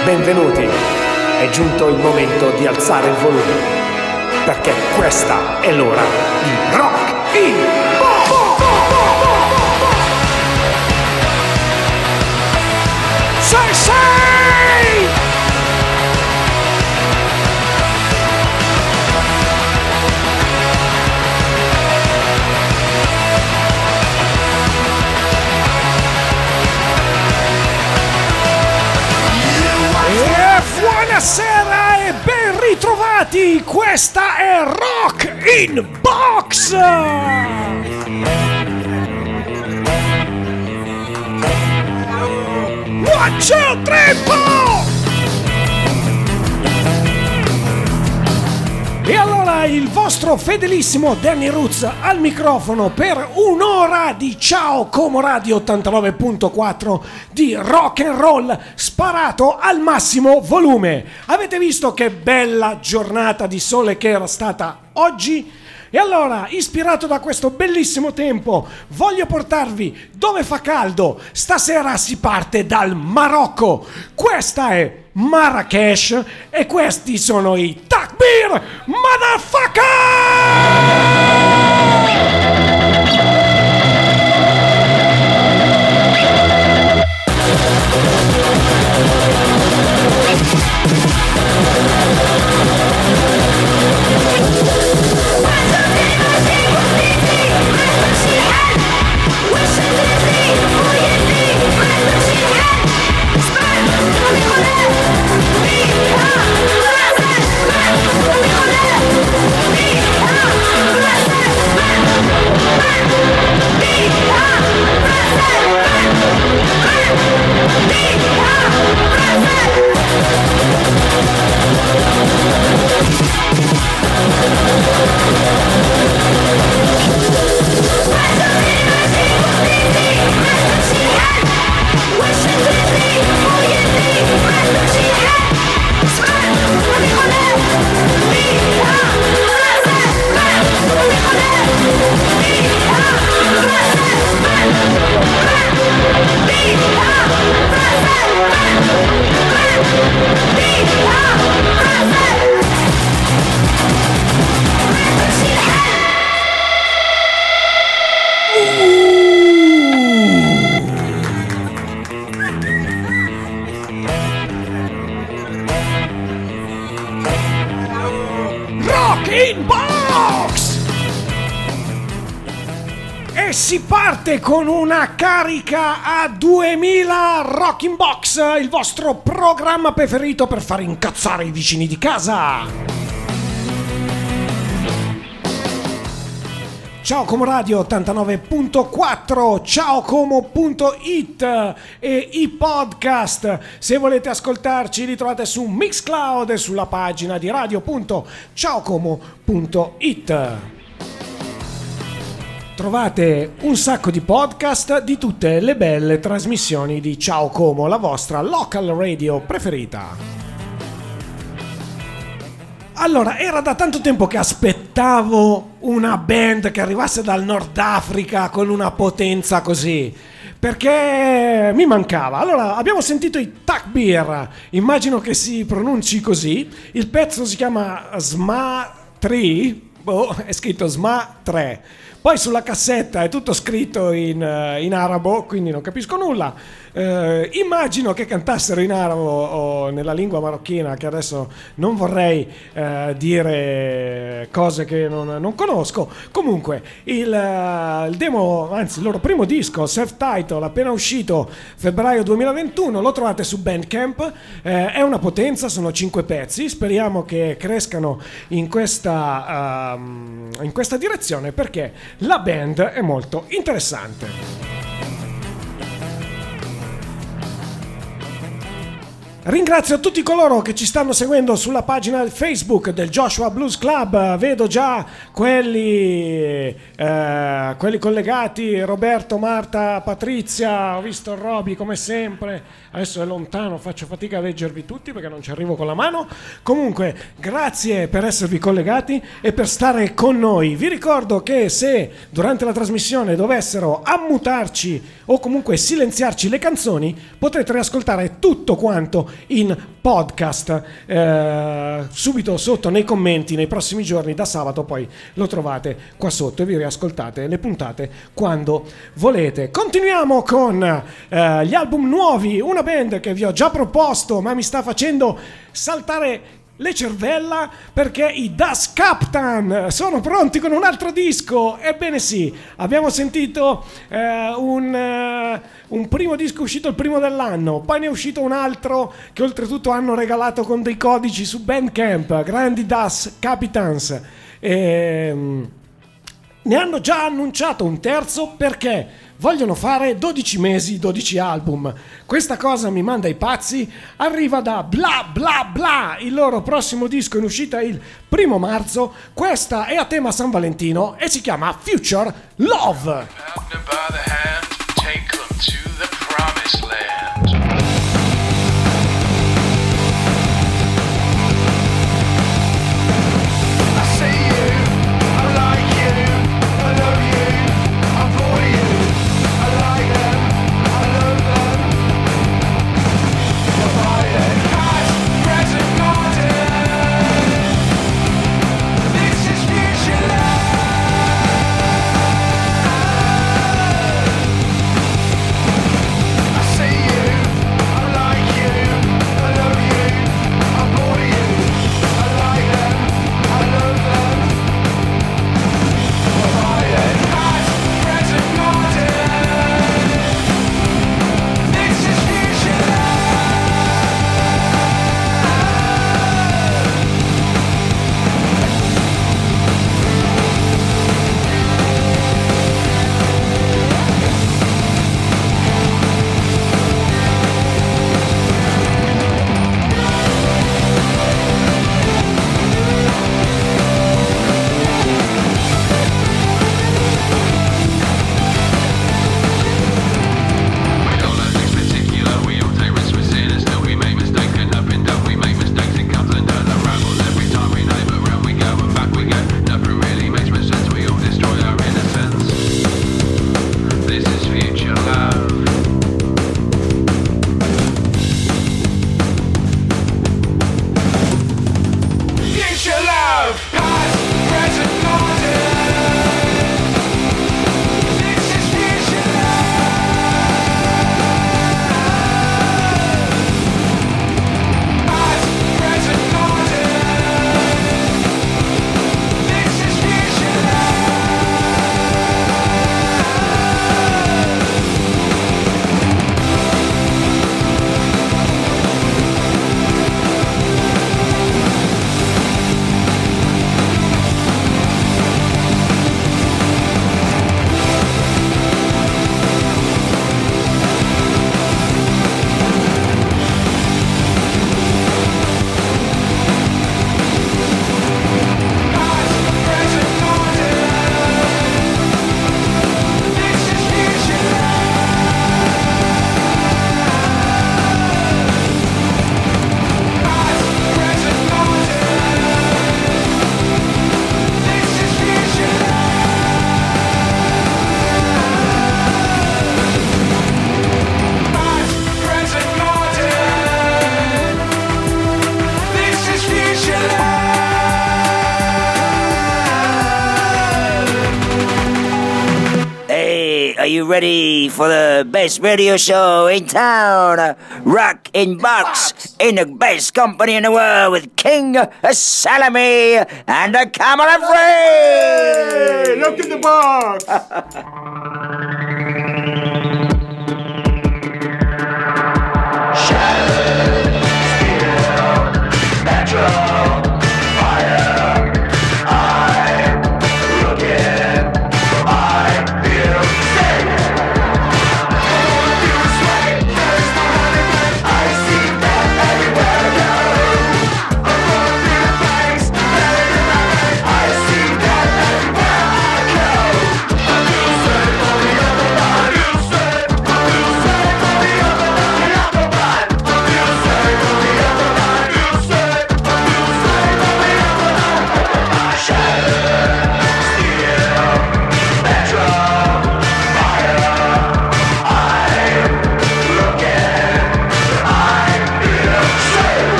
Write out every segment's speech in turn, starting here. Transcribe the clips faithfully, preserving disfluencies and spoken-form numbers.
Benvenuti, è giunto il momento di alzare il volume, perché questa è l'ora di Rock in Box! Sei sei! Buonasera e ben ritrovati, questa è Rock in Box! One, two, three, four! E allora il vostro fedelissimo Danny Roots al microfono per un'ora di Ciao Como Radio ottantanove virgola quattro di rock and roll sparato al massimo volume. Avete visto che bella giornata di sole che era stata oggi? E allora, ispirato da questo bellissimo tempo, voglio portarvi dove fa caldo. Stasera si parte dal Marocco. Questa è Marrakesh e questi sono i Takbir Motherfucker! Si parte con una carica a duemila Rock in Box, il vostro programma preferito per far incazzare i vicini di casa. Ciao Como Radio ottantanove virgola quattro, ciaocomo punto it e i podcast. Se volete ascoltarci li trovate su Mixcloud e sulla pagina di radio punto ciaocomo punto it. Trovate un sacco di podcast di tutte le belle trasmissioni di Ciao Como, la vostra local radio preferita. Allora, era da tanto tempo che aspettavo una band che arrivasse dal Nord Africa con una potenza così, perché mi mancava. Allora, abbiamo sentito i Takbir, immagino che si pronunci così. Il pezzo si chiama Sma tre, boh, è scritto Sma tre. Poi sulla cassetta è tutto scritto in, in arabo, quindi non capisco nulla. Eh, immagino che cantassero in arabo o nella lingua marocchina, che adesso non vorrei eh, dire cose che non, non conosco. Comunque, il, il demo, anzi il loro primo disco, Self-Title, appena uscito febbraio duemilaventuno, lo trovate su Bandcamp. Eh, è una potenza, sono cinque pezzi. Speriamo che crescano in questa, um, in questa direzione, perché la band è molto interessante. Ringrazio tutti coloro che ci stanno seguendo sulla pagina Facebook del Joshua Blues Club. Vedo già quelli, eh, quelli collegati, Roberto, Marta, Patrizia, ho visto Roby come sempre, adesso è lontano, faccio fatica a leggervi tutti perché non ci arrivo con la mano. Comunque grazie per esservi collegati e per stare con noi. Vi ricordo che se durante la trasmissione dovessero ammutarci o comunque silenziarci le canzoni, potrete riascoltare tutto quanto in podcast eh, subito sotto nei commenti nei prossimi giorni. Da sabato poi lo trovate qua sotto e vi riascoltate le puntate quando volete. Continuiamo con eh, gli album nuovi, una band che vi ho già proposto ma mi sta facendo saltare le cervella perché i Das Captain sono pronti con un altro disco. Ebbene sì, abbiamo sentito eh, un, eh, un primo disco uscito il primo dell'anno, poi ne è uscito un altro che oltretutto hanno regalato con dei codici su Bandcamp, grandi Das Captains. E, ne hanno già annunciato un terzo perché vogliono fare dodici mesi, dodici album. Questa cosa mi manda ai pazzi. Arriva da Bla Bla Bla, il loro prossimo disco in uscita il primo marzo. Questa è a tema San Valentino e si chiama Future Love. Are you ready for the best radio show in town? Rock in Box, in the best company in the world with King Salami and the Camera Free! Hey, look in the box! Shadow, steel, natural, fire. I'm looking for my real state. You sweat, there's no running. I see that everywhere I go. I'm going through the flames, better than I I see that everywhere I go. I feel safe on the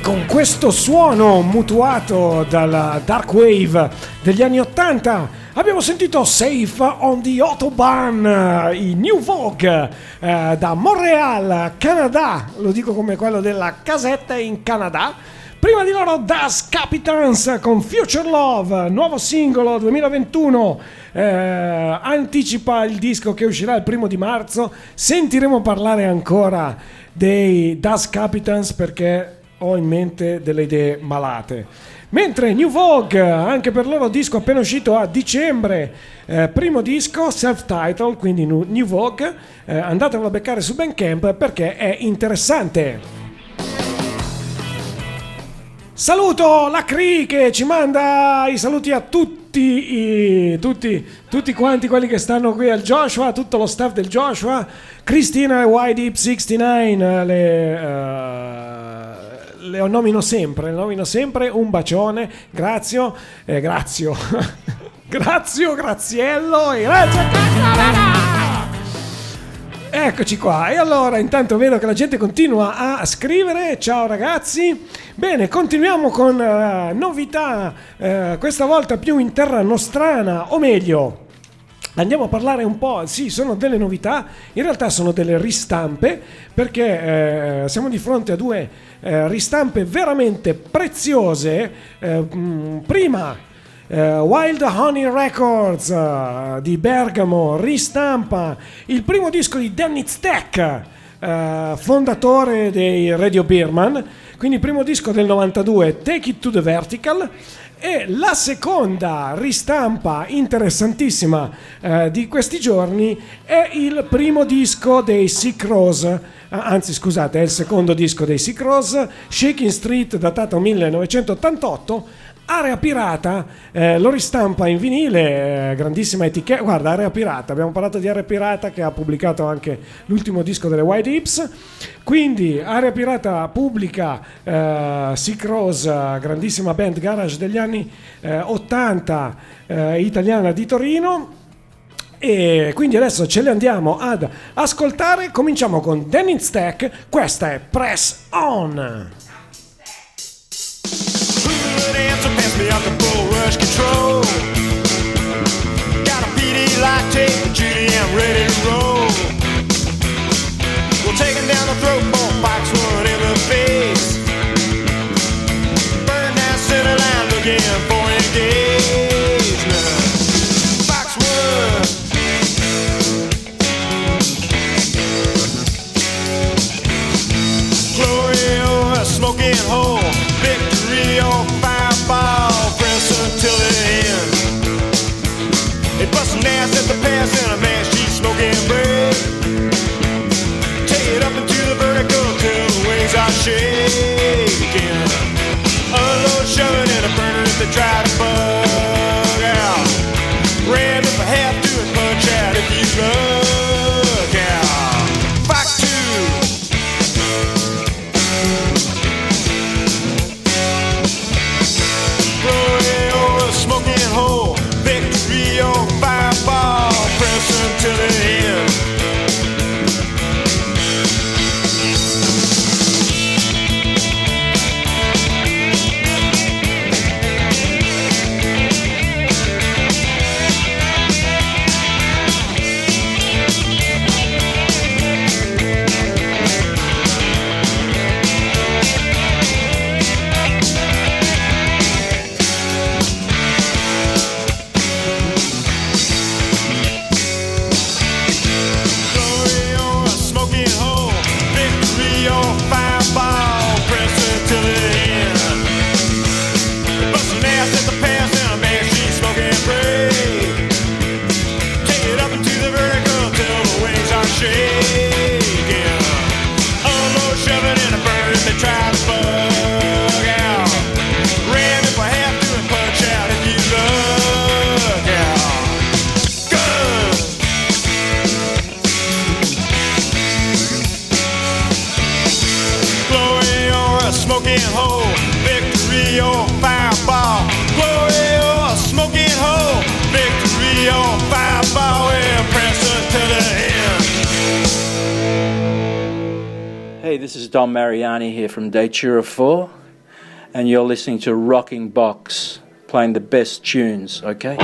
con questo suono mutuato dalla dark wave degli anni ottanta abbiamo sentito Safe on the Autobahn, i New Vogue eh, da Montreal, Canada, lo dico come quello della casetta in Canada. Prima di loro Das Capitans con Future Love, nuovo singolo duemilaventuno, eh, anticipa il disco che uscirà il primo di marzo. Sentiremo parlare ancora dei Das Capitans perché ho in mente delle idee malate. Mentre New Vogue, anche per loro disco appena uscito a dicembre, eh, primo disco self-titled, quindi New Vogue, eh, andatevelo a beccare su Bandcamp perché è interessante. Saluto la Cree che ci manda i saluti a tutti, i, tutti, tutti quanti quelli che stanno qui al Joshua, tutto lo staff del Joshua, Cristina e Y Deep sessantanove, le, uh, le nomino sempre, le nomino sempre, un bacione, grazie, eh, grazie, grazie, Graziello e grazie. Eccoci qua, e allora intanto vedo che la gente continua a scrivere. Ciao ragazzi, bene, continuiamo con uh, novità, uh, questa volta più in terra nostrana, o meglio andiamo a parlare un po', sì, sono delle novità, in realtà sono delle ristampe, perché eh, siamo di fronte a due eh, ristampe veramente preziose. eh, mh, prima Uh, Wild Honey Records uh, di Bergamo ristampa il primo disco di Dennis Tech, uh, fondatore dei Radio Beerman, quindi il primo disco del novantadue, Take It to the Vertical, e la seconda ristampa interessantissima uh, di questi giorni è il primo disco dei Sick Rose, uh, anzi scusate, è il secondo disco dei Sick Rose, Shaking Street, datato millenovecentottantotto. Area Pirata, eh, lo ristampa in vinile, eh, grandissima etichetta. Guarda, Area Pirata, abbiamo parlato di Area Pirata che ha pubblicato anche l'ultimo disco delle White Hips. Quindi Area Pirata pubblica eh, Sick Rose, grandissima band garage degli anni eh, ottanta, eh, italiana di Torino. E quindi adesso ce le andiamo ad ascoltare. Cominciamo con Dennis Tech, questa è Press On. So pass me out the bull rush control. Got a P D like tape, Judy, I'm ready to roll. We'll take him down the throat, ball Foxwood in the face. Burn down center line, looking for engagement. Foxwood. Glory over a smoking hole. Victory on fireball, press until the end. They bustin' ass at the pass and a man she's smoking bread. Take it up into the vertical till the wings are shaking. Unload, shoving in a burner if they try to bug out. Ram if I have to and punch out if you look out. Fox two. Smoking hole, victory on fireball, pressing to the end. Hey, this is Dom Mariani here from Datura four, and you're listening to Rocking Box, playing the best tunes, okay?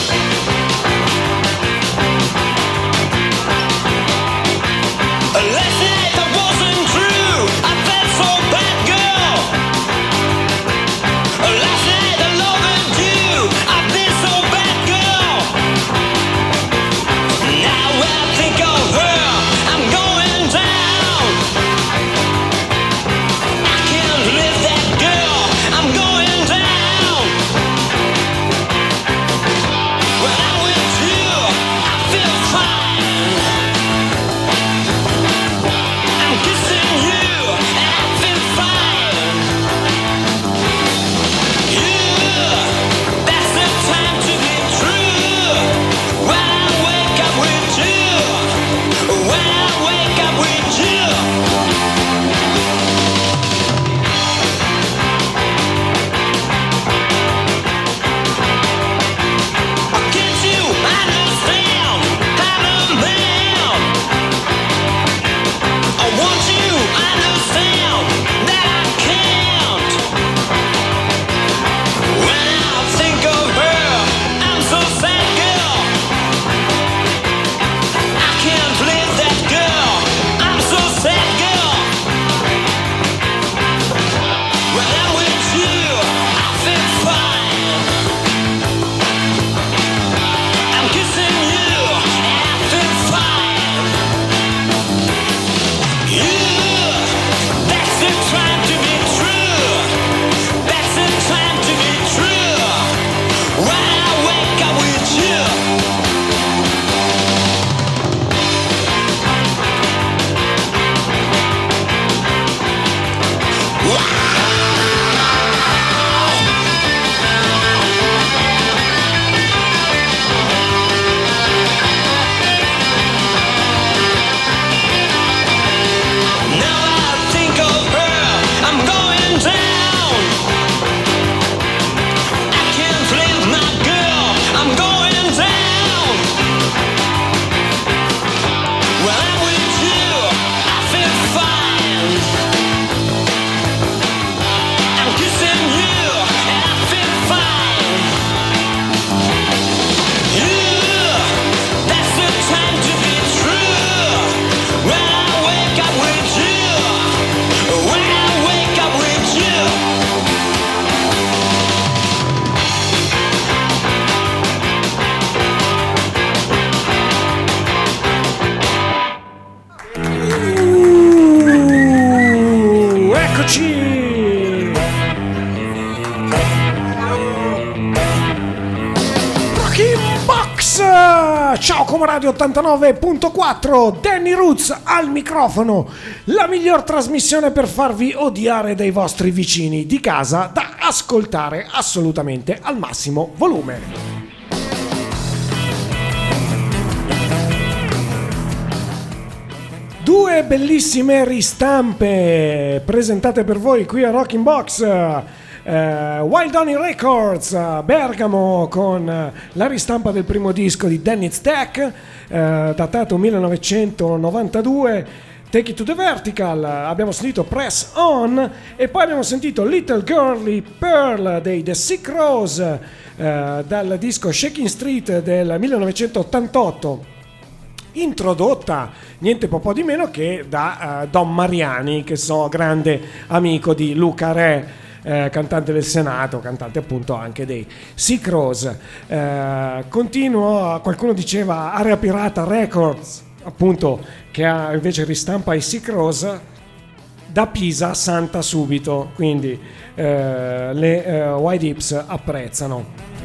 Ciao Comoradio ottantanove virgola quattro, Danny Roots al microfono, la miglior trasmissione per farvi odiare dai vostri vicini di casa da ascoltare assolutamente al massimo volume. Due bellissime ristampe presentate per voi qui a Rocking Box. Uh, Wild Honey Records, uh, Bergamo, con uh, la ristampa del primo disco di Danny Stack, uh, datato millenovecentonovantadue, Take It to the Vertical. Abbiamo sentito Press On e poi abbiamo sentito Little Girly Pearl dei The Sick Rose, uh, dal disco Shaking Street del millenovecentottantotto, introdotta niente po' di meno che da uh, Don Mariani, che so grande amico di Luca Re, Eh, cantante del Senato, cantante appunto anche dei Sick Rose. Eh, continuo, qualcuno diceva Area Pirata Records, appunto, che ha invece ristampa i Sick Rose, da Pisa Santa subito, quindi eh, le eh, White Hips apprezzano.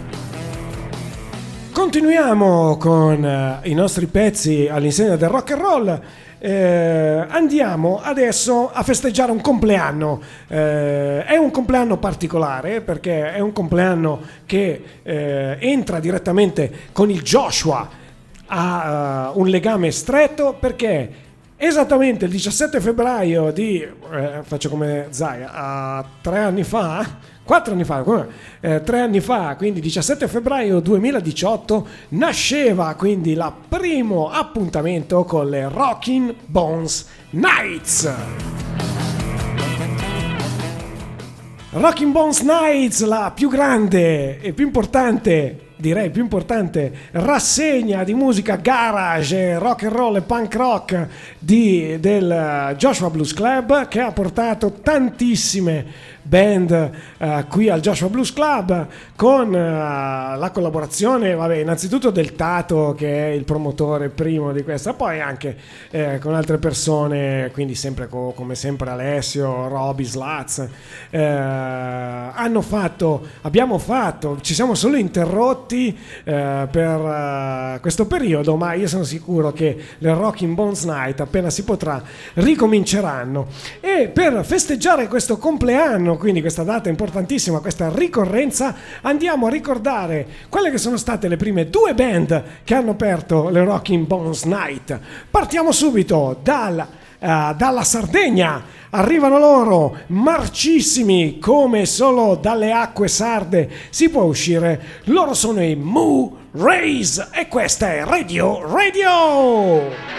Continuiamo con eh, i nostri pezzi all'insegna del rock and roll. Eh, andiamo adesso a festeggiare un compleanno. Eh, è un compleanno particolare perché è un compleanno che eh, entra direttamente con il Joshua, ha uh, un legame stretto perché esattamente il diciassette febbraio di eh, faccio come Zaya, a tre anni fa Quattro anni fa, eh, tre anni fa, quindi diciassette febbraio duemiladiciotto, nasceva quindi il primo appuntamento con le Rockin' Bones Nights. Rocking Bones Nights, la più grande e più importante, direi più importante, rassegna di musica garage, rock and roll e punk rock di, del Joshua Blues Club, che ha portato tantissime band uh, qui al Joshua Blues Club, con uh, la collaborazione, vabbè, innanzitutto del Tato, che è il promotore primo di questa, poi anche eh, con altre persone, quindi sempre co- come sempre Alessio, Roby, Slats. Eh, hanno fatto, abbiamo fatto, ci siamo solo interrotti eh, per uh, questo periodo, ma io sono sicuro che le Rocking Bones Night, appena si potrà, ricominceranno. E per festeggiare questo compleanno, quindi questa data importantissima, questa ricorrenza, andiamo a ricordare quelle che sono state le prime due band che hanno aperto le Rocking Bones Night. Partiamo subito dal, uh, dalla Sardegna. Arrivano loro, marcissimi come solo dalle acque sarde si può uscire. Loro sono i Moo Rays e questa è Radio Radio.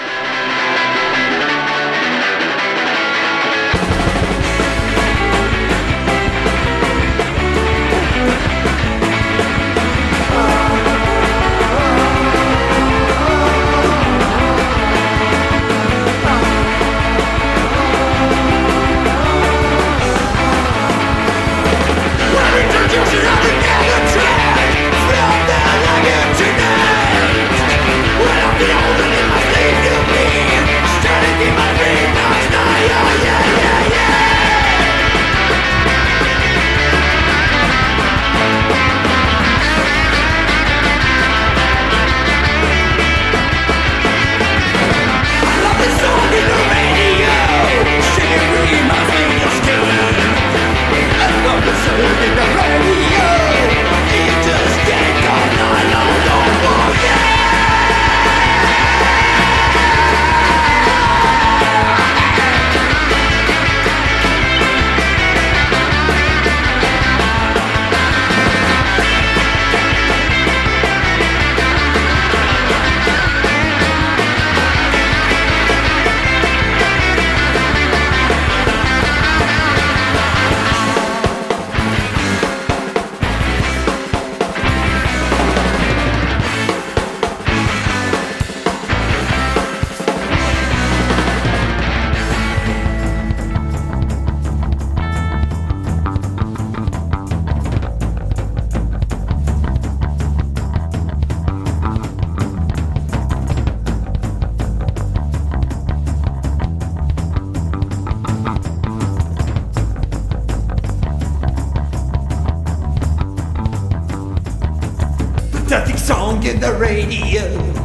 In the radio,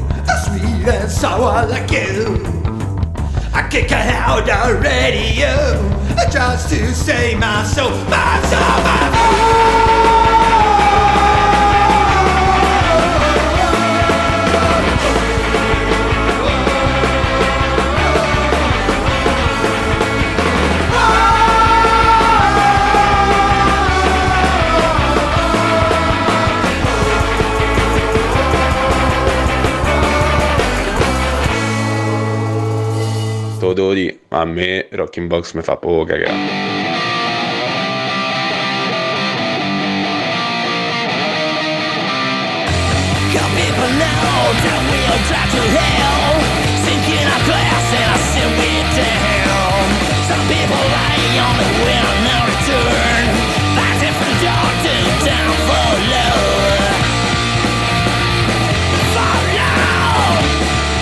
sweet and sour like you. I kick out the radio just to save my soul, my soul, my soul. Odori, a me Rocking Box mi fa poco cagare. People know that we'll drive to hell, sinking our glass and I sit way down. Some people lie on the wheel of no return, fighting from dark to down for low. For low.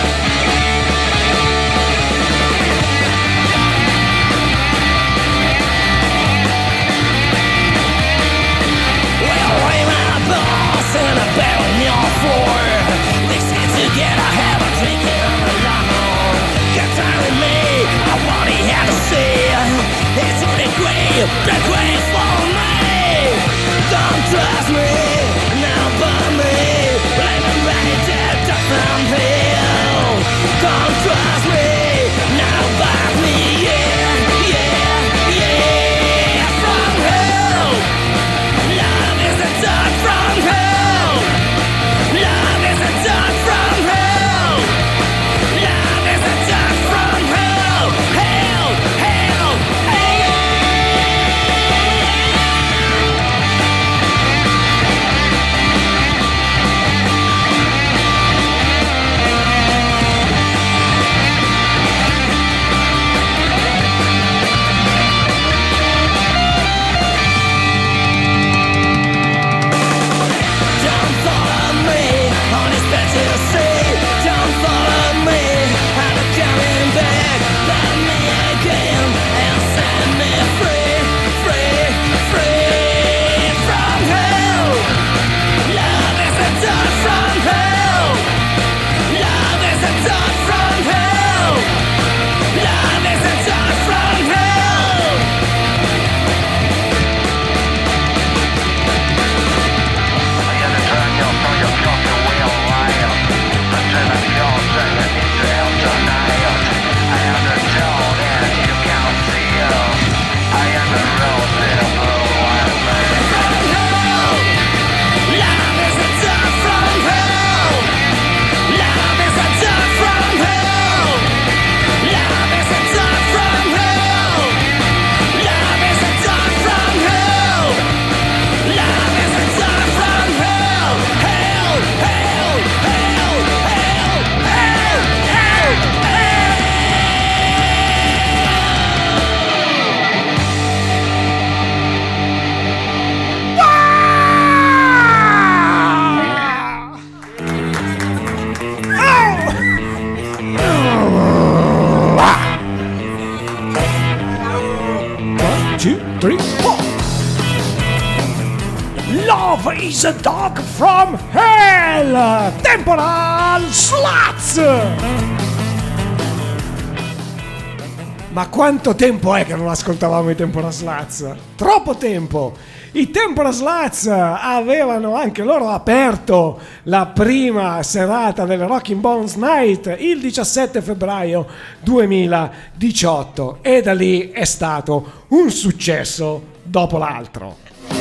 Well, I'm a boss and a barrel in your floor. They sit together, have a drink and a long. Got time with me, I want he had to say. It's the grave, the grave for me. Don't trust me, now burn me. Blame him right there, duck from hell. Don't trust me, now burn me, yeah, yeah, yeah. From hell, love is a duck from hell. Love is a duck from hell. Love is a duck from hell. Hell, hell, hell. is a Dog from Hell, Temporal Sluts. Ma quanto tempo è che non ascoltavamo i Temporal Sluts? Troppo tempo! I Temporal Sluts avevano anche loro aperto la prima serata del Rocking Bones Night il diciassette febbraio duemiladiciotto e da lì è stato un successo dopo l'altro.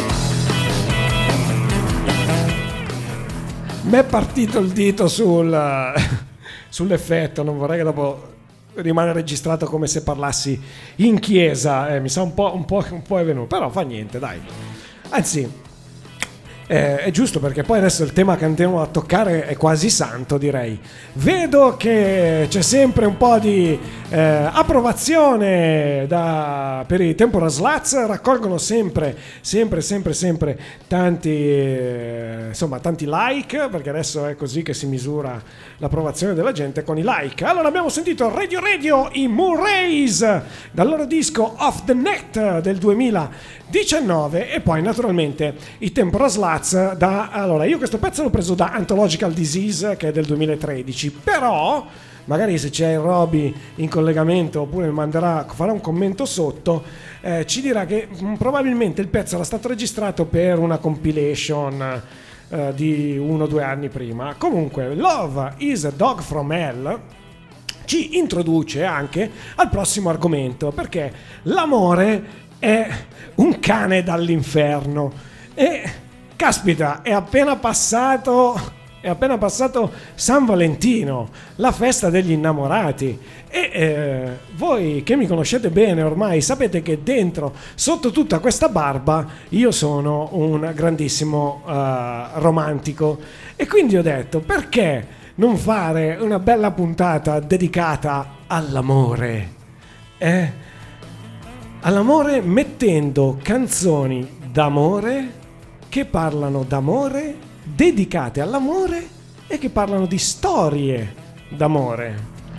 M'è partito il dito sul, sull'effetto, non vorrei che dopo rimane registrato come se parlassi in chiesa, eh, mi sa un po', un po', un po' è venuto, però fa niente, dai. Anzi, eh, è giusto, perché poi adesso il tema che andiamo a toccare è quasi santo, direi. Vedo che c'è sempre un po' di eh, approvazione da, per i Temporal Sluts, raccolgono sempre, sempre, sempre, sempre tanti, eh, insomma, tanti like, perché adesso è così che si misura l'approvazione della gente, con i like. Allora abbiamo sentito Radio Radio, i Murrays, dal loro disco Off the Net del duemiladiciannove, e poi naturalmente i Temporal Sluts da... Allora, io questo pezzo l'ho preso da Anthological Disease, che è del duemilatredici, però magari se c'è il Roby in collegamento oppure mi manderà, farà un commento sotto, eh, ci dirà che mh, probabilmente il pezzo era stato registrato per una compilation Uh, di uno o due anni prima. Comunque, Love is a Dog from Hell ci introduce anche al prossimo argomento, perché l'amore è un cane dall'inferno e caspita, è appena passato è appena passato San Valentino, la festa degli innamorati, e eh, voi che mi conoscete bene ormai sapete che dentro, sotto tutta questa barba, io sono un grandissimo uh, romantico, e quindi ho detto, perché non fare una bella puntata dedicata all'amore, eh? All'amore, mettendo canzoni d'amore che parlano d'amore, dedicate all'amore e che parlano di storie d'amore.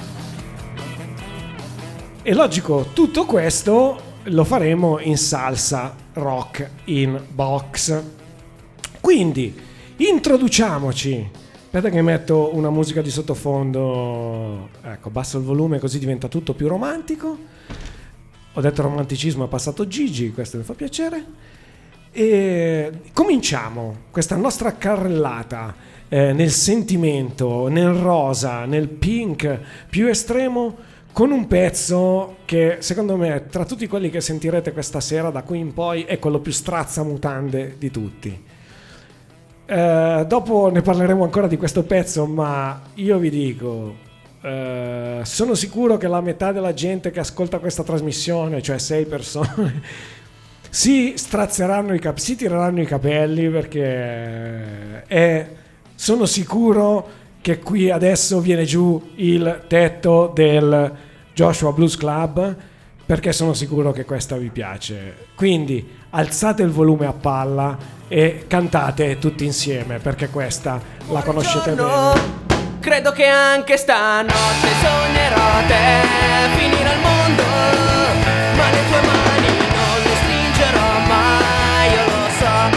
E logico, tutto questo lo faremo in salsa rock in box. Quindi introduciamoci. Aspetta che metto una musica di sottofondo, ecco, basso il volume così diventa tutto più romantico. Ho detto romanticismo, è passato Gigi, questo mi fa piacere. E cominciamo questa nostra carrellata eh, nel sentimento, nel rosa, nel pink più estremo, con un pezzo che secondo me, tra tutti quelli che sentirete questa sera da qui in poi, è quello più strazzamutande di tutti. Eh, dopo ne parleremo ancora di questo pezzo, ma io vi dico, eh, sono sicuro che la metà della gente che ascolta questa trasmissione, cioè sei persone, si strazzeranno i cap- si tireranno i capelli, perché è, sono sicuro che qui adesso viene giù il tetto del Joshua Blues Club, perché sono sicuro che questa vi piace. Quindi alzate il volume a palla e cantate tutti insieme, perché questa la conoscete bene. Credo che anche stanotte sognerò te, finire al mondo, ma le tue mani non le stringerò mai, io lo so.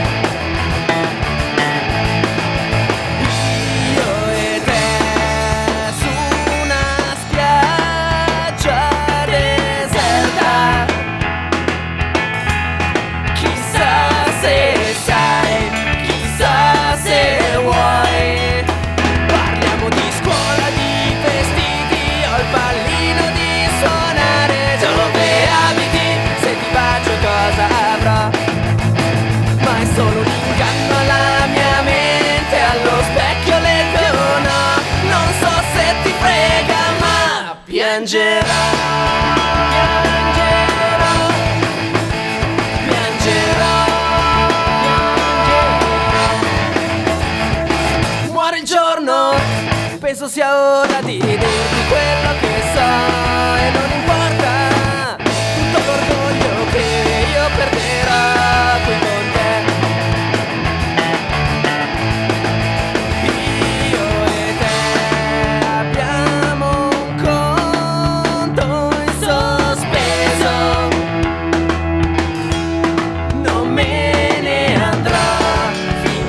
Io e te su una spiaggia deserta, chissà se sai, chissà se vuoi. Parliamo di scuola, di vestiti, ho il pallino di suonare. Dove abiti? Se ti bacio cosa avrò? Ma è solo un inganno alla mia mente, allo specchio le no. Non so se ti frega, ma piangerò, piangerò, piangerò, piangerò. Muore il giorno, penso sia ora di dirti quello che so, e non importa tutto l'orgoglio che io perderò qui con te. Io e te abbiamo un conto in sospeso, non me ne andrò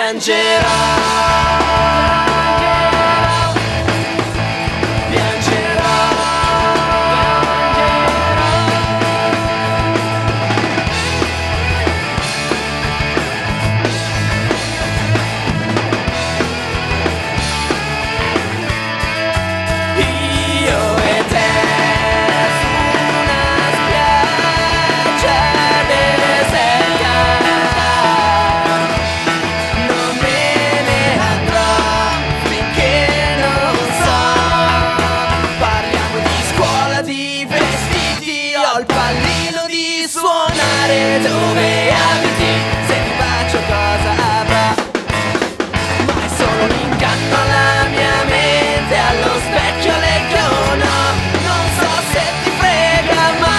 Dove abiti, se ti bacio cosa avrà? Ma è solo un inganno alla mia mente, allo specchio leggo no. Non so se ti frega ma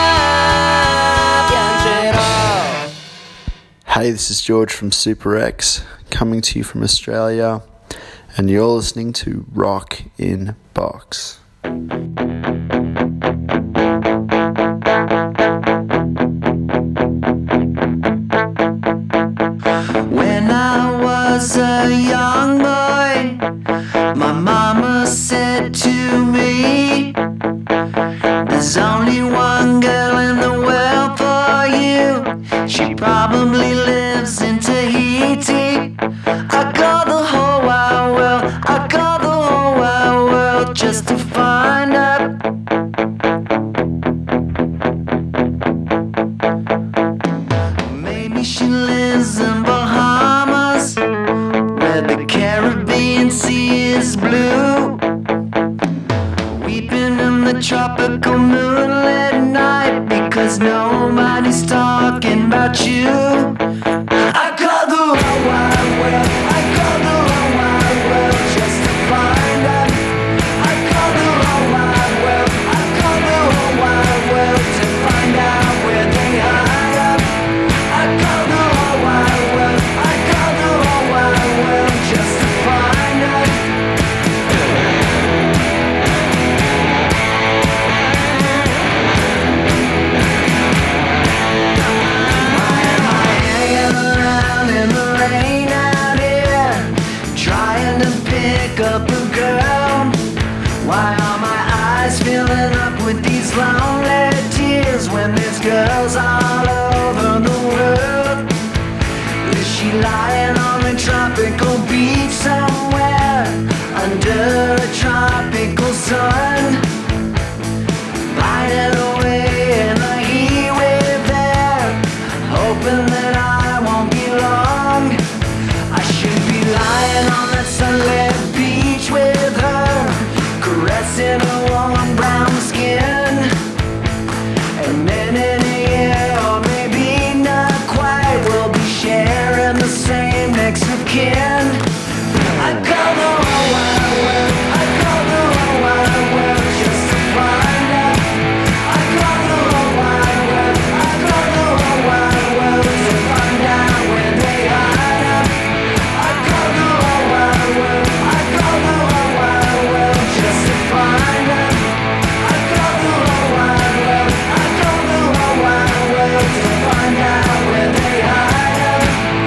piangerò. Hey, this is George from Super X, coming to you from Australia, and you're listening to Rock in Box. When I was a young boy, my mama said to me, there's only one girl in the world for you. She probably lives in Tahiti. I got the whole wide world, I got the whole wide world just to find out. Maybe she lives in Bahamas, where the Caribbean Sea is blue, weeping in the tropical moonlit night because nobody's talking about you. I call the whole wide world, I call the whole wide world just to find out. I call the whole wide world, I call the whole wide world to find out where they hide up. I call the whole wide world, I call the whole wide world just to find out. Why am I hanging around in the rain out here, trying to pick up a girl? Why are my eyes filling up with these lonely tears when there's girls all over the world? Is she lying on a tropical beach somewhere under a tropical sun, biting away in the heat wave there, hoping that I won't be long? I should be lying on that sunlit beach with her, caressing her warm brown skin. And then in a year, or maybe not quite, we'll be sharing the same next of kin. I call the whole wide world, I call the whole wide world just to find out. I call the whole wide world, I call the whole wide world to find out where they hide up. I call the whole wide world, I call the whole wide world just to find out. I call the whole wide world, I call the whole wide world to find out where they hide up.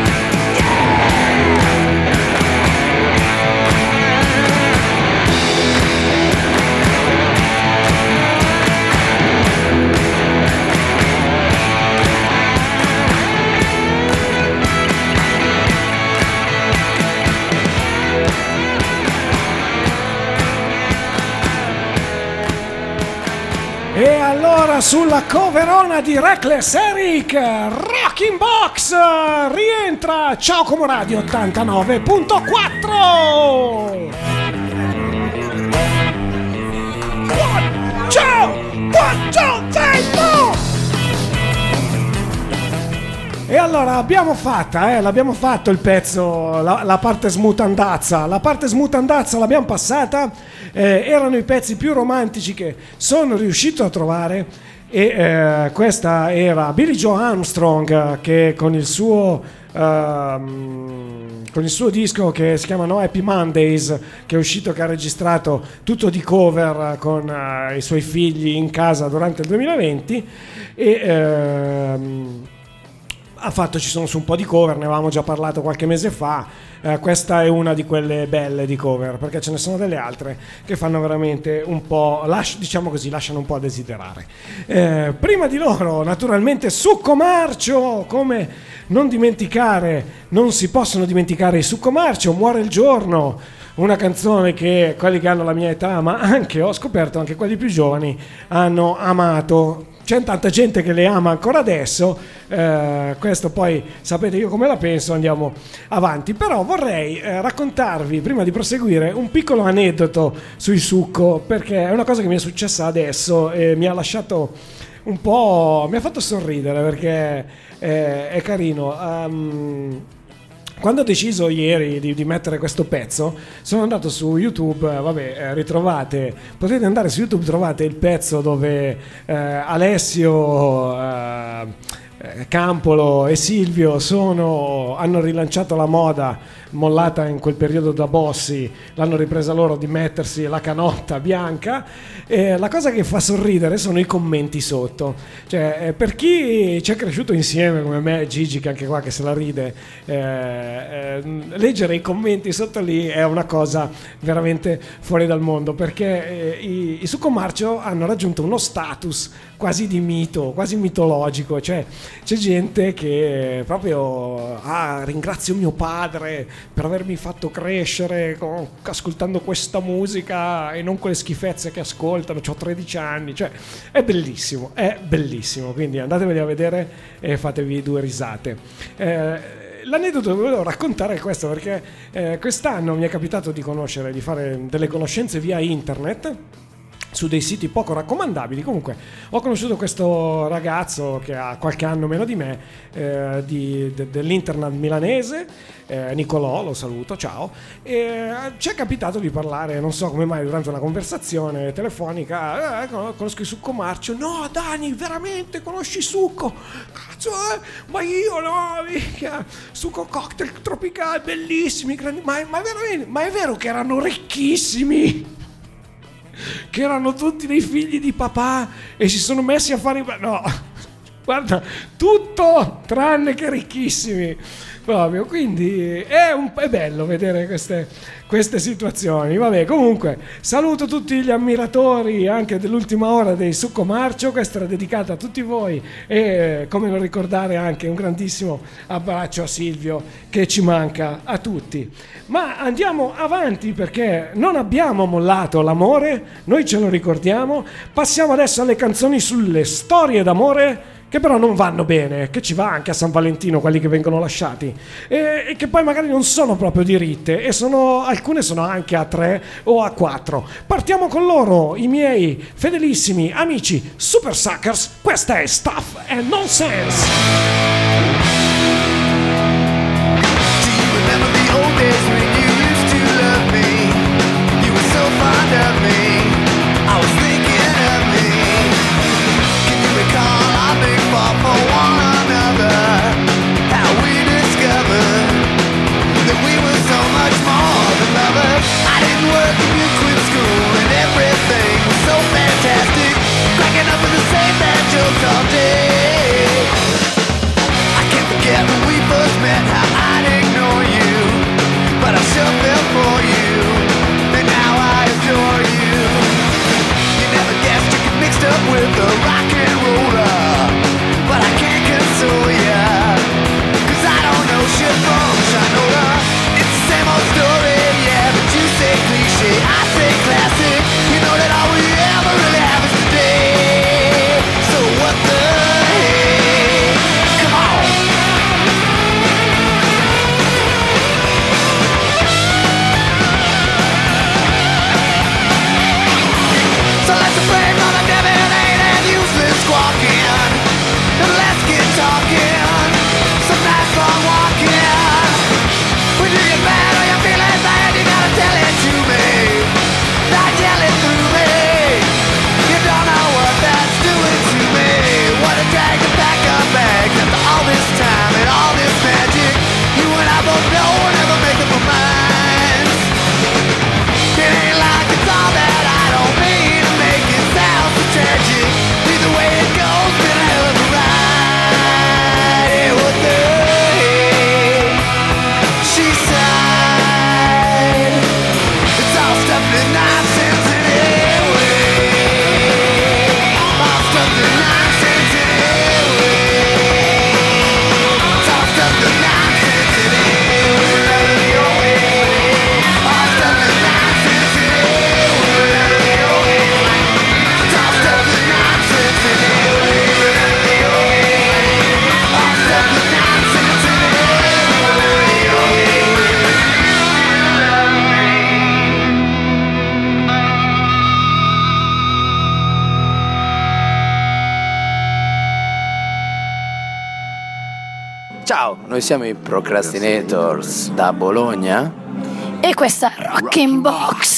E allora sulla coverona di Reckless Eric, Rock in Box rientra Ciao Como Radio ottantanove virgola quattro. One, two, one, two, three, four. E allora abbiamo fatta, eh, l'abbiamo fatto il pezzo, la, la parte smutandazza, la parte smutandazza l'abbiamo passata, eh, erano i pezzi più romantici che sono riuscito a trovare e eh, questa era Billie Joe Armstrong eh, che con il suo ehm, con il suo disco che si chiama No Happy Mondays, che è uscito, che ha registrato tutto di cover con eh, i suoi figli in casa durante il duemilaventi e ehm, ha fatto, ci sono su un po' di cover, ne avevamo già parlato qualche mese fa. Eh, questa è una di quelle belle di cover, perché ce ne sono delle altre che fanno veramente un po', lasci, diciamo così, lasciano un po' a desiderare. Eh, prima di loro, naturalmente, Succo Marcio, come non dimenticare, non si possono dimenticare i Succo Marcio, Muore il giorno, una canzone che quelli che hanno la mia età, ma anche ho scoperto anche quelli più giovani, hanno amato. C'è tanta gente che le ama ancora adesso, eh, questo poi sapete io come la penso, andiamo avanti. Però vorrei eh, raccontarvi, prima di proseguire, un piccolo aneddoto sui Succo, perché è una cosa che mi è successa adesso e mi ha lasciato un po', mi ha fatto sorridere perché eh, è carino. Um, Quando ho deciso ieri di, di mettere questo pezzo, sono andato su YouTube, eh, vabbè, eh, ritrovate, potete andare su YouTube, trovate il pezzo dove eh, Alessio, eh, Campolo e Silvio sono, hanno rilanciato la moda mollata in quel periodo da Bossi, l'hanno ripresa loro di mettersi la canotta bianca. E la cosa che fa sorridere sono i commenti sotto, cioè eh, per chi ci è cresciuto insieme come me e Gigi, che anche qua che se la ride, eh, eh, leggere i commenti sotto lì è una cosa veramente fuori dal mondo, perché eh, i, i Succo Marcio hanno raggiunto uno status quasi di mito, quasi mitologico, cioè c'è gente che proprio ah, ringrazio mio padre per avermi fatto crescere con, ascoltando questa musica e non quelle schifezze che ascoltano, ho tredici anni, cioè è bellissimo, è bellissimo, quindi andateveli a vedere e fatevi due risate. Eh, L'aneddoto che volevo raccontare è questo, perché eh, quest'anno mi è capitato di conoscere, di fare delle conoscenze via internet su dei siti poco raccomandabili. Comunque ho conosciuto questo ragazzo che ha qualche anno meno di me, eh, di, de, dell'internet milanese, eh, Nicolò, lo saluto, ciao, e ci è capitato di parlare, non so come mai, durante una conversazione telefonica, eh, conosco i Succo Marcio. No Dani, veramente conosci Succo? Cazzo, eh? Ma io no, mica. Succo Cocktail Tropicale, bellissimi, grandi, ma, ma, veramente, ma è vero che erano ricchissimi? Che erano tutti dei figli di papà e si sono messi a fare... No, guarda, tutto tranne che ricchissimi proprio, quindi è, un, è bello vedere queste, queste situazioni. Vabbè, comunque saluto tutti gli ammiratori anche dell'ultima ora dei Succo Marcio, questa era dedicata a tutti voi e come non ricordare anche un grandissimo abbraccio a Silvio che ci manca a tutti. Ma andiamo avanti perché non abbiamo mollato l'amore, noi ce lo ricordiamo. Passiamo adesso alle canzoni sulle storie d'amore che però non vanno bene, che ci va anche a San Valentino quelli che vengono lasciati e, e che poi magari non sono proprio diritte e sono, alcune sono anche a tre o a quattro. Partiamo con loro, i miei fedelissimi amici Super Suckers. Questa è Stuff and Nonsense. Do you remember the old days when you used to love me? You were so fond of me, I was thinking of me. Can you recall our big fall for one another? How we discovered that we were so much more than lovers. I didn't work and you quit school and everything was so fantastic, cracking up with the same bad jokes all day. I can't forget when we first met, how I'd ignore you, but I sure Ciao, noi siamo i Procrastinators da Bologna. E questa è Rocking Box.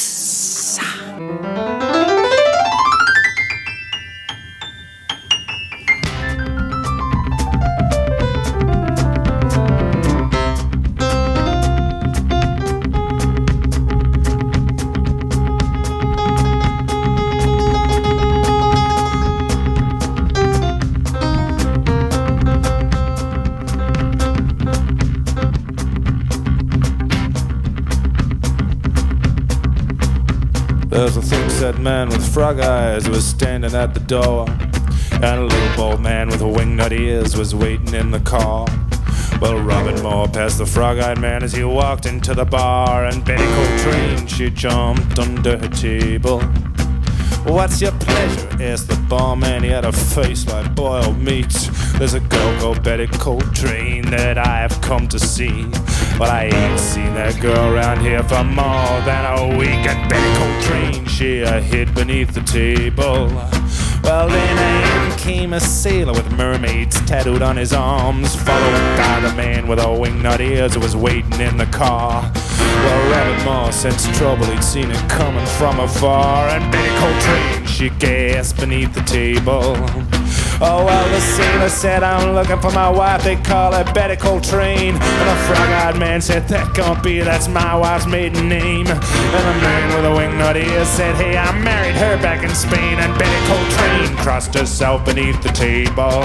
There's a thick-set man with frog eyes was standing at the door, and a little bald man with wing-nut ears was waiting in the car. Well, Robin Moore passed the frog-eyed man as he walked into the bar, and Betty Coltrane, she jumped under her table. What's your pleasure? Asked the barman. He had a face like boiled meat. There's a girl called Betty Coltrane that I have come to see. But I ain't seen that girl around here for more than a week. And Betty Coltrane, she uh, hid beneath the table. Well, then in came a sailor with mermaids tattooed on his arms, followed by the man with a wingnut ears who was waiting in the car. Well, Robert Moore sensed trouble, he'd seen it coming from afar, and Betty Coltrane, she gasped beneath the table. Oh, well, the sailor said, I'm looking for my wife, they call her Betty Coltrane. And the frog-eyed man said, that can't be, that's my wife's maiden name. And the man with the wingnut ears said, hey, I married her back in Spain. And Betty Coltrane crossed herself beneath the table.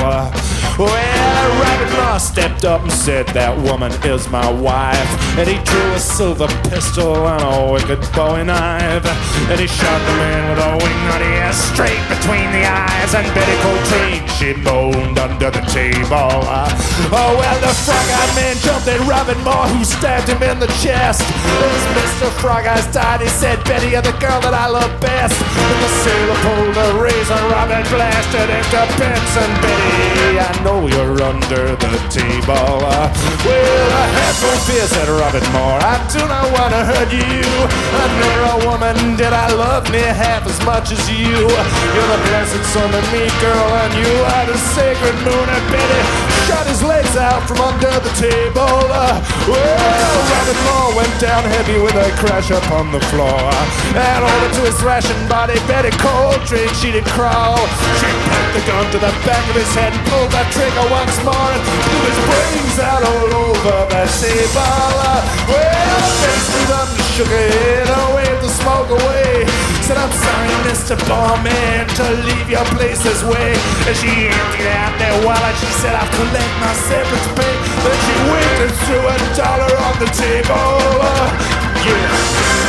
Well, Robert Moore stepped up and said, that woman is my wife. And he drew a silver pistol and a wicked bowie knife. And he shot the man with a wingnut ears straight between the eyes. And Betty Coltrane, she moaned under the table. Oh, well, the frog-eyed man jumped at Robin Moore, who stabbed him in the chest. As Mister Frog-Eyes died, he said, Betty, you're the girl that I love best. And the sailor pulled a razor, Robin blasted into bits. And Betty, I know you're under the table. Well, I have no fear, said Robin Moore, I do not want to hurt you. I never a woman did I love near half as much as you. You're the blessed son of me, girl, and you are the sacred moon. And Betty shot his legs out from under the table. Uh, well, Robin Moore went down heavy with a crash upon the floor. And over to his thrashing body, Betty Coltrane, she did crawl. She put the gun to the back of his head and pulled that trigger once more and blew his brains out all over the table. Uh, well, Betty stood up and shook her head and waved the smoke away. Said, I'm sorry, Mister Barman, to leave your place this way. And she emptied out their wallet. She said, I'll collect my severance pay. Then she winked and threw a dollar on the table. Uh, yeah.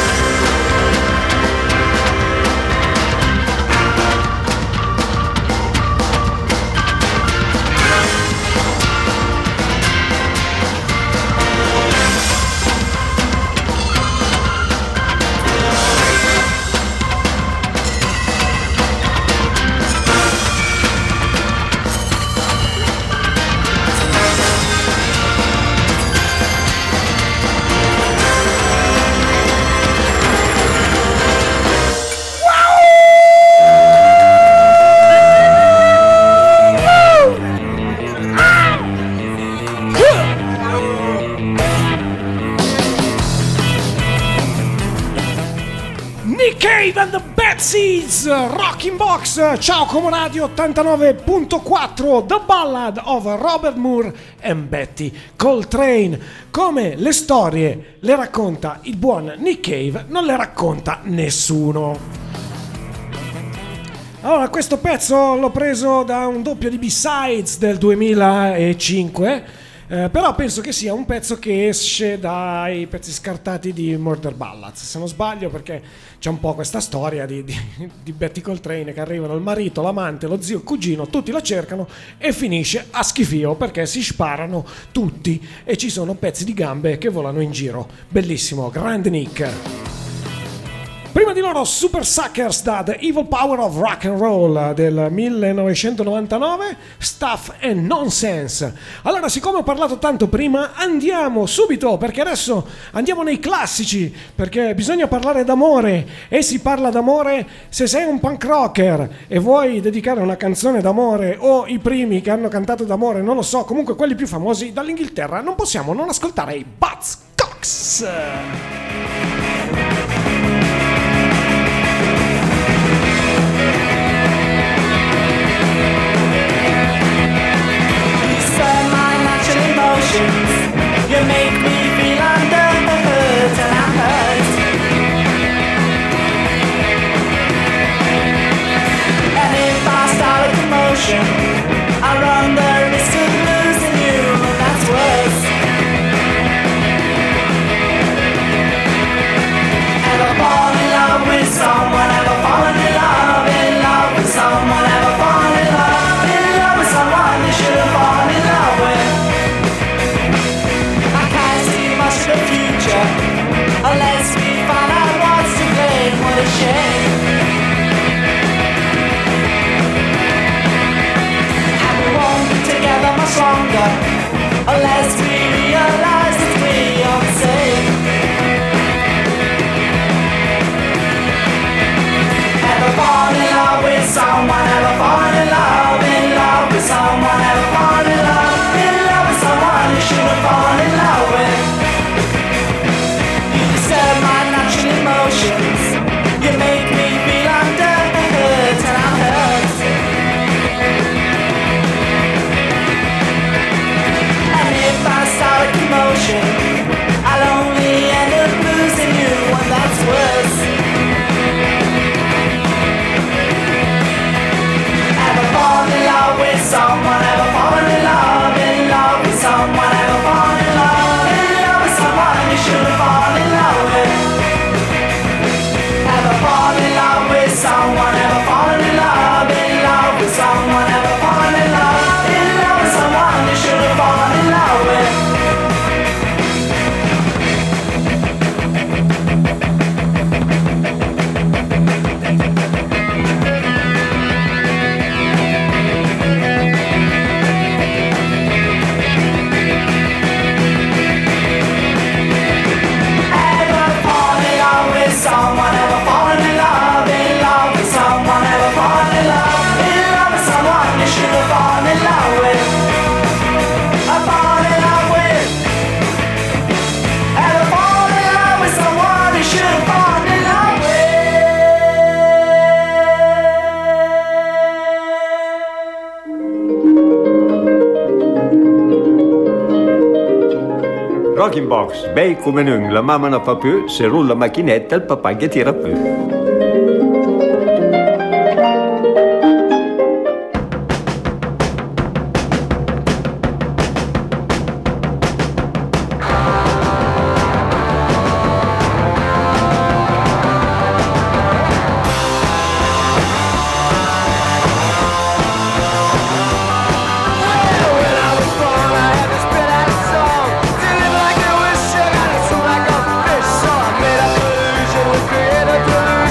Seeds, Rocking Box, ciao Comoradio ottantanove punto quattro, The Ballad of Robert Moore and Betty Coltrane. Come le storie le racconta il buon Nick Cave, non le racconta nessuno. Allora, questo pezzo l'ho preso da un doppio di B-Sides del duemilacinque. Eh, però penso che sia un pezzo che esce dai pezzi scartati di Murder Ballads, se non sbaglio, perché c'è un po' questa storia di, di, di Betty Coltrane che arrivano il marito, l'amante, lo zio, il cugino, tutti la cercano e finisce a schifio perché si sparano tutti e ci sono pezzi di gambe che volano in giro. Bellissimo, grande Nick. Prima Prima di loro Super Suckers da The Evil Power of Rock and Roll del millenovecentonovantanove, Stuff and Nonsense. Allora, siccome ho parlato tanto prima, andiamo subito, perché adesso andiamo nei classici, perché bisogna parlare d'amore, e si parla d'amore se sei un punk rocker e vuoi dedicare una canzone d'amore, o i primi che hanno cantato d'amore, non lo so, comunque quelli più famosi dall'Inghilterra, non possiamo non ascoltare i Buzzcocks. You make me feel under the hurt and I'm hurt. And if I start a commotion, I run the risk of losing you, and that's worse. Ever fall in love with someone? Ever fallen in love, in love with someone? Ever fallen in love, in love with someone you should have fallen in love with? The future, unless we find out what's to blame. What a shame. And we won't be together much longer, unless we realize that we are the same. Ever fall in love with someone? Ever fall in love, in love with someone? Ever fall in love, in love with someone you should have fallen in love with? My natural emotions, you make me feel under the hurt and I'm hurt. And if I start a commotion, I'll only end up losing you, and that's worse. Ever fall in love with someone? Ever fall in love, in love with someone? Ever fall in love, in love with someone you should have fallen in love with? Ever fall in love with someone? Ever fallen in love, in love with someone? Ever fallen in love, in love with someone you should have fallen in love with? Someone ever fallen in love, in love with someone? Ever fallen in love, in love with someone you should have fallen in love with? I fallen in love with. Ever fallen in love with someone you should have fallen in love with. Rocking Box, bei come non, la mamma non fa più, se rulla macchinetta il papà che tira più. Create a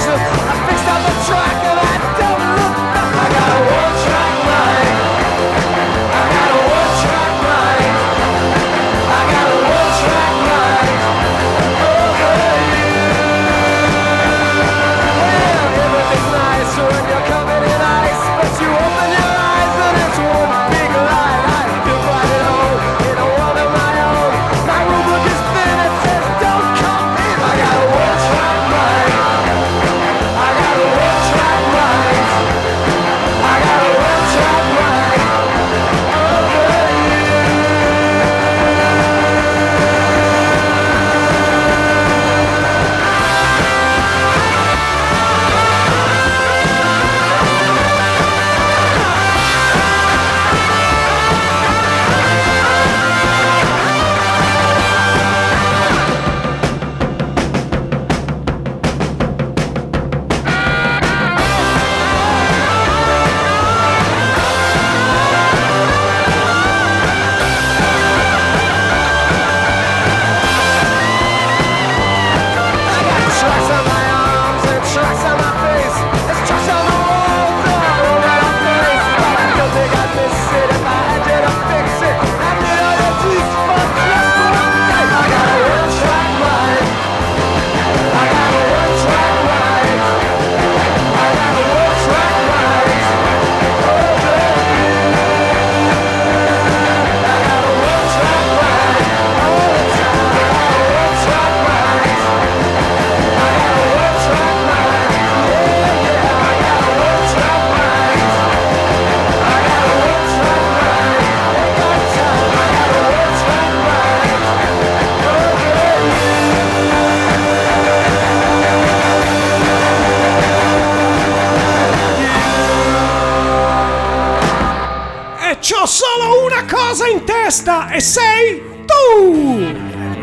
testa e sei tu!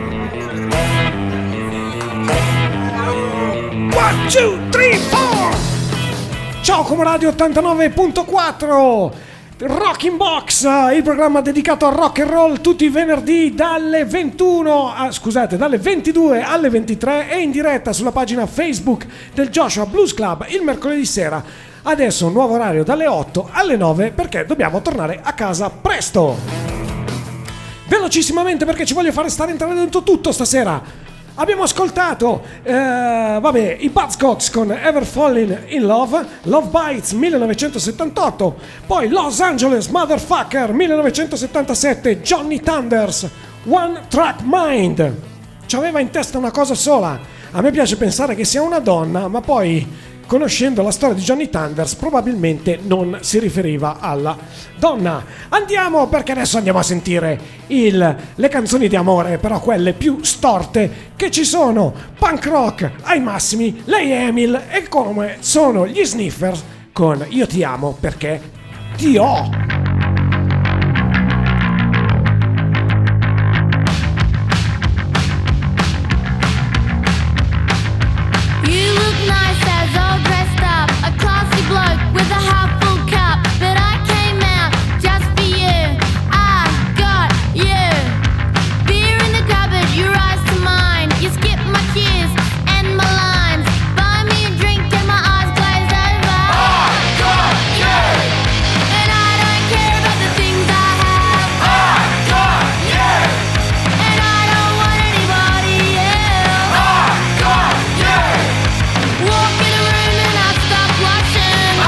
One, two, three, four! Ciao Como Radio ottantanove virgola quattro, Rocking Box, il programma dedicato al rock and roll tutti i venerdì dalle ventuno, ah, scusate, dalle ventidue alle ventitré e in diretta sulla pagina Facebook del Joshua Blues Club il mercoledì sera. Adesso un nuovo orario dalle otto alle nove perché dobbiamo tornare a casa presto. Velocissimamente perché ci voglio fare stare entrare dentro tutto stasera. Abbiamo ascoltato eh, vabbè, i Buzzcocks con Ever Falling in Love, Love Bites millenovecentosettantotto, poi Los Angeles Motherfucker millenovecentosettantasette, Johnny Thunders, One Track Mind. Ci aveva in testa una cosa sola. A me piace pensare che sia una donna, ma poi conoscendo la storia di Johnny Thunders probabilmente non si riferiva alla donna. Andiamo, perché adesso andiamo a sentire il, le canzoni di amore, però quelle più storte che ci sono. Punk rock ai massimi, lei è Emil e come sono gli Sniffers con Io ti amo perché ti ho. With a half full cup, but I came out just for you. I got you. Beer in the cupboard, your eyes to mine. You skip my cues and my lines. Buy me a drink and my eyes glaze over. I got you. And I don't care about the things I have. I got you. And I don't want anybody else. I got you. Walk in a room and I stop blushing.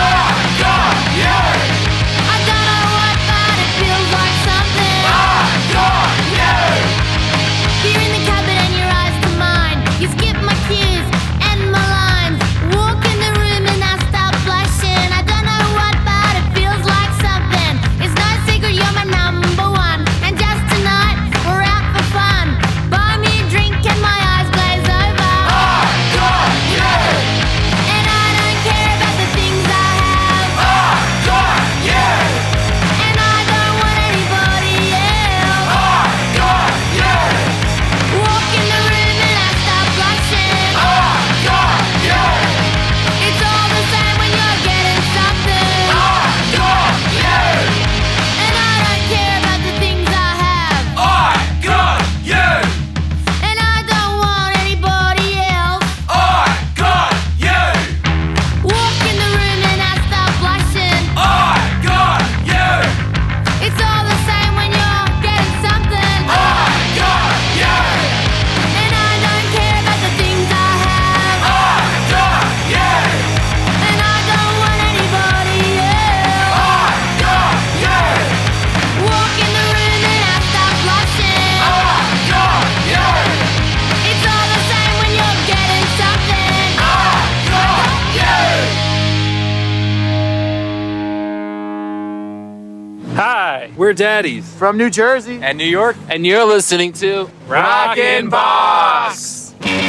We're Daddies from New Jersey and New York, and you're listening to Rockin' Box.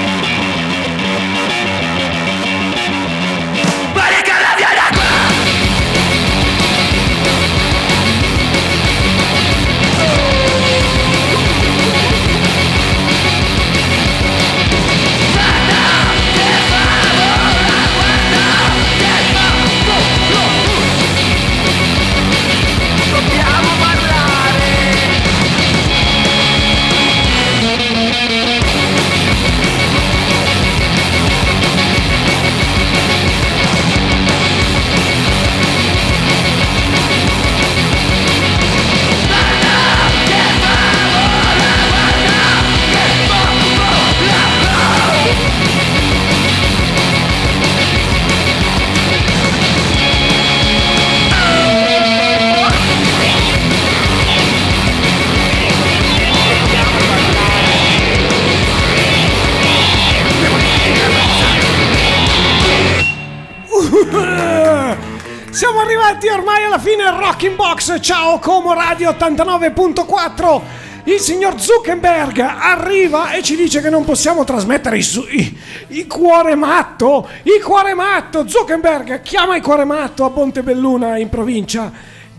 Siamo arrivati ormai alla fine del Rocking Box. Ciao Como Radio ottantanove virgola quattro. Il signor Zuckerberg arriva e ci dice che non possiamo trasmettere i, su- i, i cuore matto. I cuore matto. Zuckerberg chiama i cuore matto a Pontebelluna in provincia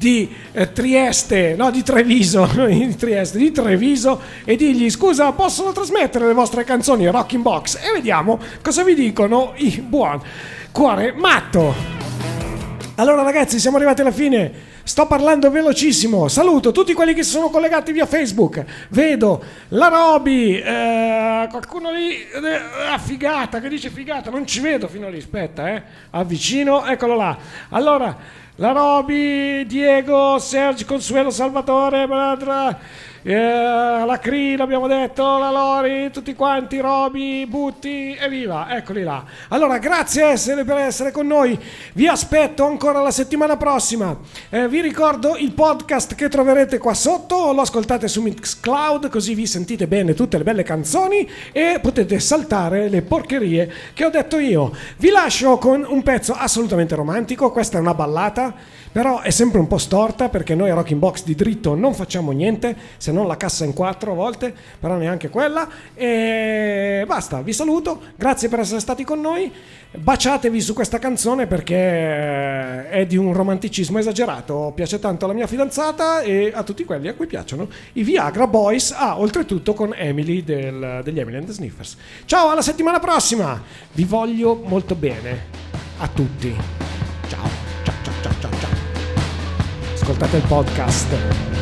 di eh, Trieste, no di Treviso, di Trieste, di Treviso, e digli: scusa, possono trasmettere le vostre canzoni Rock in Box? E vediamo cosa vi dicono i buon cuore matto. Allora ragazzi, siamo arrivati alla fine. Sto parlando velocissimo. Saluto tutti quelli che sono collegati via Facebook. Vedo la Roby, eh, qualcuno lì, eh, ah, figata, che dice figata, non ci vedo fino lì, aspetta, eh, avvicino, eccolo là. Allora, la Roby, Diego, Sergio, Consuelo, Salvatore, bla bla, eh, la Cri, l'abbiamo detto, la Lori, tutti quanti, Roby, Butti, evviva, eccoli là. Allora, grazie essere, per essere con noi. Vi aspetto ancora la settimana prossima. Eh, vi ricordo il podcast che troverete qua sotto, lo ascoltate su Mixcloud, così vi sentite bene tutte le belle canzoni e potete saltare le porcherie che ho detto io. Vi lascio con un pezzo assolutamente romantico. Questa è una ballata, però è sempre un po' storta, perché noi a Rock in Box di dritto non facciamo niente, se non la cassa in quattro a volte, però neanche quella. E basta, vi saluto, grazie per essere stati con noi. Baciatevi su questa canzone perché è di un romanticismo esagerato, piace tanto alla mia fidanzata e a tutti quelli a cui piacciono i Viagra Boys, ah, oltretutto con Emily del, degli Emily and the Sniffers. Ciao, alla settimana prossima, vi voglio molto bene a tutti. Ciao, ciao, ciao, ciao, ciao, ciao. Ascoltate il podcast.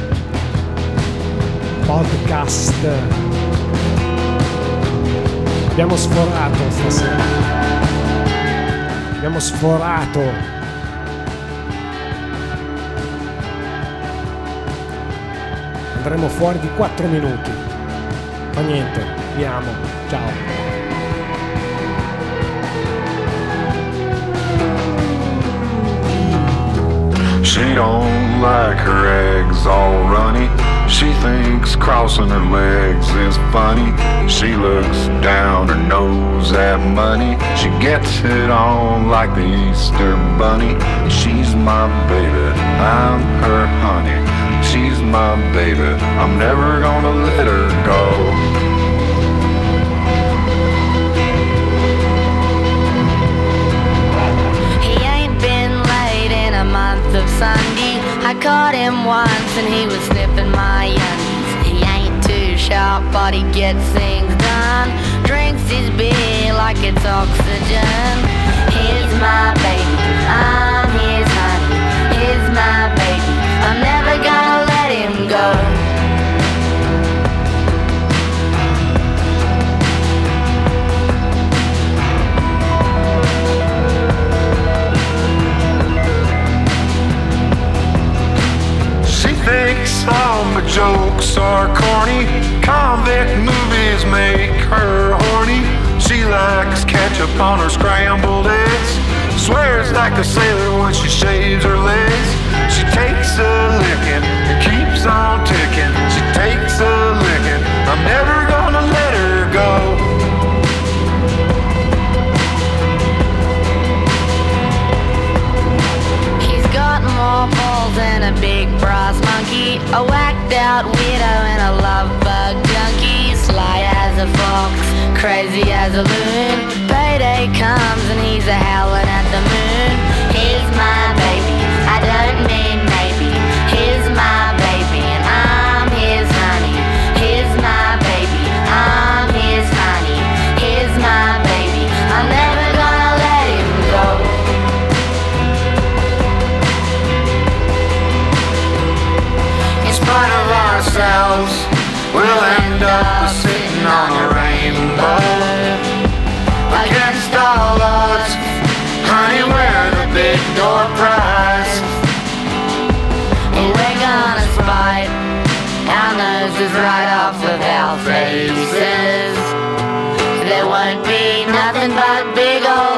Podcast. Abbiamo sforato stasera. Abbiamo sforato. Andremo fuori di quattro minuti. Fa niente, vi amo. Ciao. She don't like her eggs all runny. She thinks crossing her legs is funny. She looks down her nose at money. She gets it on like the Easter bunny. She's my baby, I'm her honey. She's my baby, I'm never gonna let her go. Of Sunday, I caught him once and he was sniffing my undies. He ain't too sharp, but he gets things done. Drinks his beer like it's oxygen. He's my baby, I'm his honey. He's my baby, I'm never gonna let him go. Thinks all my jokes are corny. Convict movies make her horny. She likes ketchup on her scrambled eggs. Swears like a sailor when she shaves her legs. She takes a licking and keeps on ticking. She takes a licking, I'm never gonna let her go. More balls than a big brass monkey, a whacked out weirdo and a love bug junkie, sly as a fox, crazy as a loon. Payday comes and he's a howling at the moon. He's my baby, I don't mean maybe. He's my baby and I'm his honey. He's my baby, I'm his honey. He's my baby, I'm never gonna let him go. Of ourselves, we'll end up sitting on a rainbow. Against all odds, honey, we're the big door prize. And we're gonna spite our noses right off of our faces. There won't be nothing but big old